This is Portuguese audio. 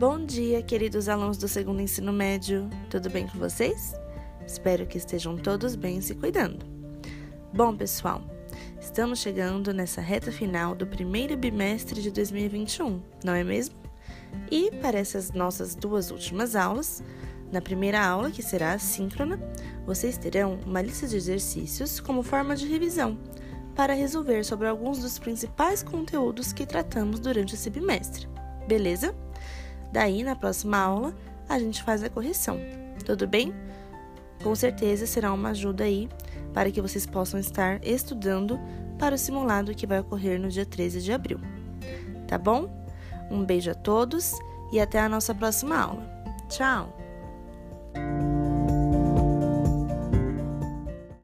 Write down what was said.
Bom dia, queridos alunos do segundo ensino médio. Tudo bem com vocês? Espero que estejam todos bem se cuidando. Bom, pessoal, estamos chegando nessa reta final do primeiro bimestre de 2021, não é mesmo? E para essas nossas duas últimas aulas, na primeira aula, que será assíncrona, vocês terão uma lista de exercícios como forma de revisão, para resolver sobre alguns dos principais conteúdos que tratamos durante esse bimestre, beleza? Daí, na próxima aula, a gente faz a correção, tudo bem? Com certeza será uma ajuda aí para que vocês possam estar estudando para o simulado que vai ocorrer no dia 13 de abril. Tá bom? Um beijo a todos e até a nossa próxima aula. Tchau!